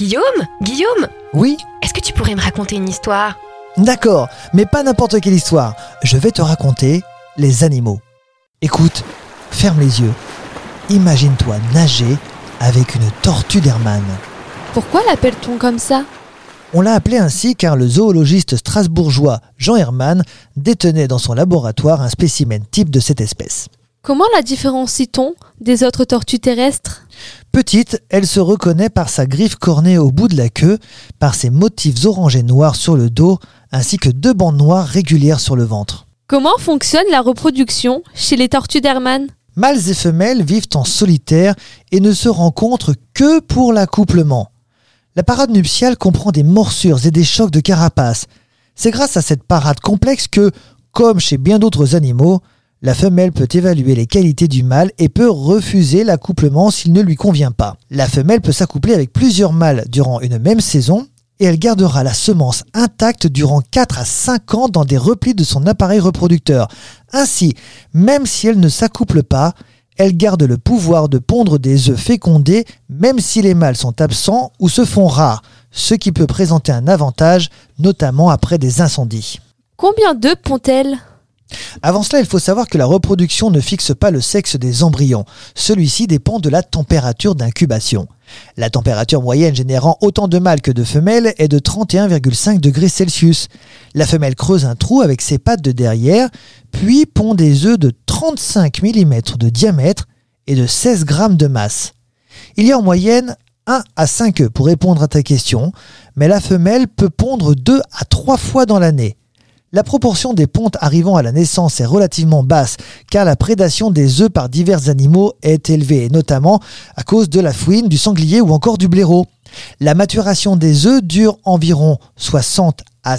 Guillaume, Oui, est-ce que tu pourrais me raconter une histoire ? d'accord, mais pas n'importe quelle histoire. Je vais te raconter les animaux. Écoute, ferme les yeux. Imagine-toi nager avec une tortue d'Hermann. Pourquoi l'appelle-t-on comme ça ? On l'a appelé ainsi car le zoologiste strasbourgeois Jean Hermann détenait dans son laboratoire un spécimen type de cette espèce. Comment la différencie-t-on des autres tortues terrestres ? Petite, elle se reconnaît par sa griffe cornée au bout de la queue, par ses motifs orange et noirs sur le dos, ainsi que 2 bandes noires régulières sur le ventre. Comment fonctionne la reproduction chez les tortues d'Hermann ? Mâles et femelles vivent en solitaire et ne se rencontrent que pour l'accouplement. La parade nuptiale comprend des morsures et des chocs de carapace. C'est grâce à cette parade complexe que, comme chez bien d'autres animaux, la femelle peut évaluer les qualités du mâle et peut refuser l'accouplement s'il ne lui convient pas. La femelle peut s'accoupler avec plusieurs mâles durant une même saison et elle gardera la semence intacte durant 4 à 5 ans dans des replis de son appareil reproducteur. Ainsi, même si elle ne s'accouple pas, elle garde le pouvoir de pondre des œufs fécondés même si les mâles sont absents ou se font rares, ce qui peut présenter un avantage, notamment après des incendies. Combien d'œufs pond-elle ? Avant cela, il faut savoir que la reproduction ne fixe pas le sexe des embryons. Celui-ci dépend de la température d'incubation. La température moyenne générant autant de mâles que de femelles est de 31,5 degrés Celsius. La femelle creuse un trou avec ses pattes de derrière, puis pond des œufs de 35 mm de diamètre et de 16 grammes de masse. Il y a en moyenne 1 à 5 œufs pour répondre à ta question, mais la femelle peut pondre 2 à 3 fois dans l'année. La proportion des pontes arrivant à la naissance est relativement basse car la prédation des œufs par divers animaux est élevée, notamment à cause de la fouine, du sanglier ou encore du blaireau. La maturation des œufs dure environ 60 à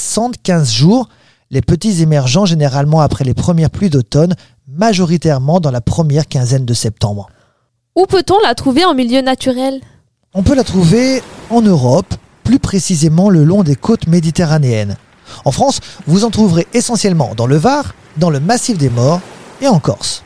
75 jours, les petits émergeant généralement après les premières pluies d'automne, majoritairement dans la première quinzaine de septembre. Où peut-on la trouver en milieu naturel ? On peut la trouver en Europe, plus précisément le long des côtes méditerranéennes. En France, vous en trouverez essentiellement dans le Var, dans le Massif des Morts et en Corse.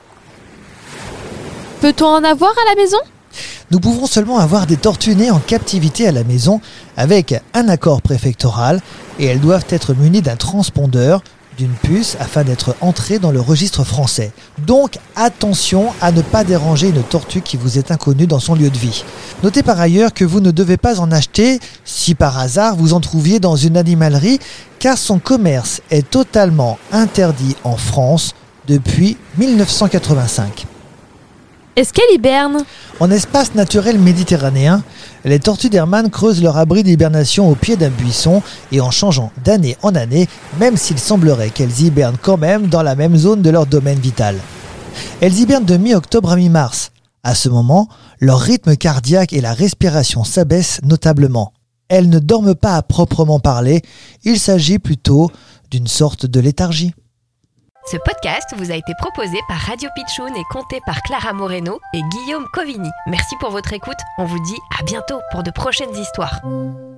Peut-on en avoir à la maison ? Nous pouvons seulement avoir des tortues nées en captivité à la maison avec un accord préfectoral et elles doivent être munies d'un transpondeur, d'une puce afin d'être entrées dans le registre français. Donc attention à ne pas déranger une tortue qui vous est inconnue dans son lieu de vie. Notez par ailleurs que vous ne devez pas en acheter si par hasard vous en trouviez dans une animalerie car son commerce est totalement interdit en France depuis 1985. Est-ce qu'elle hiberne ? En espace naturel méditerranéen, les tortues d'Hermann creusent leur abri d'hibernation au pied d'un buisson et en changeant d'année en année, même s'il semblerait qu'elles hibernent quand même dans la même zone de leur domaine vital. Elles hibernent de mi-octobre à mi-mars. À ce moment, leur rythme cardiaque et la respiration s'abaissent notablement. Elles ne dorment pas à proprement parler, il s'agit plutôt d'une sorte de léthargie. Ce podcast vous a été proposé par Radio Pitchoun et compté par Clara Moreno et Guillaume Covini. Merci pour votre écoute. On vous dit à bientôt pour de prochaines histoires.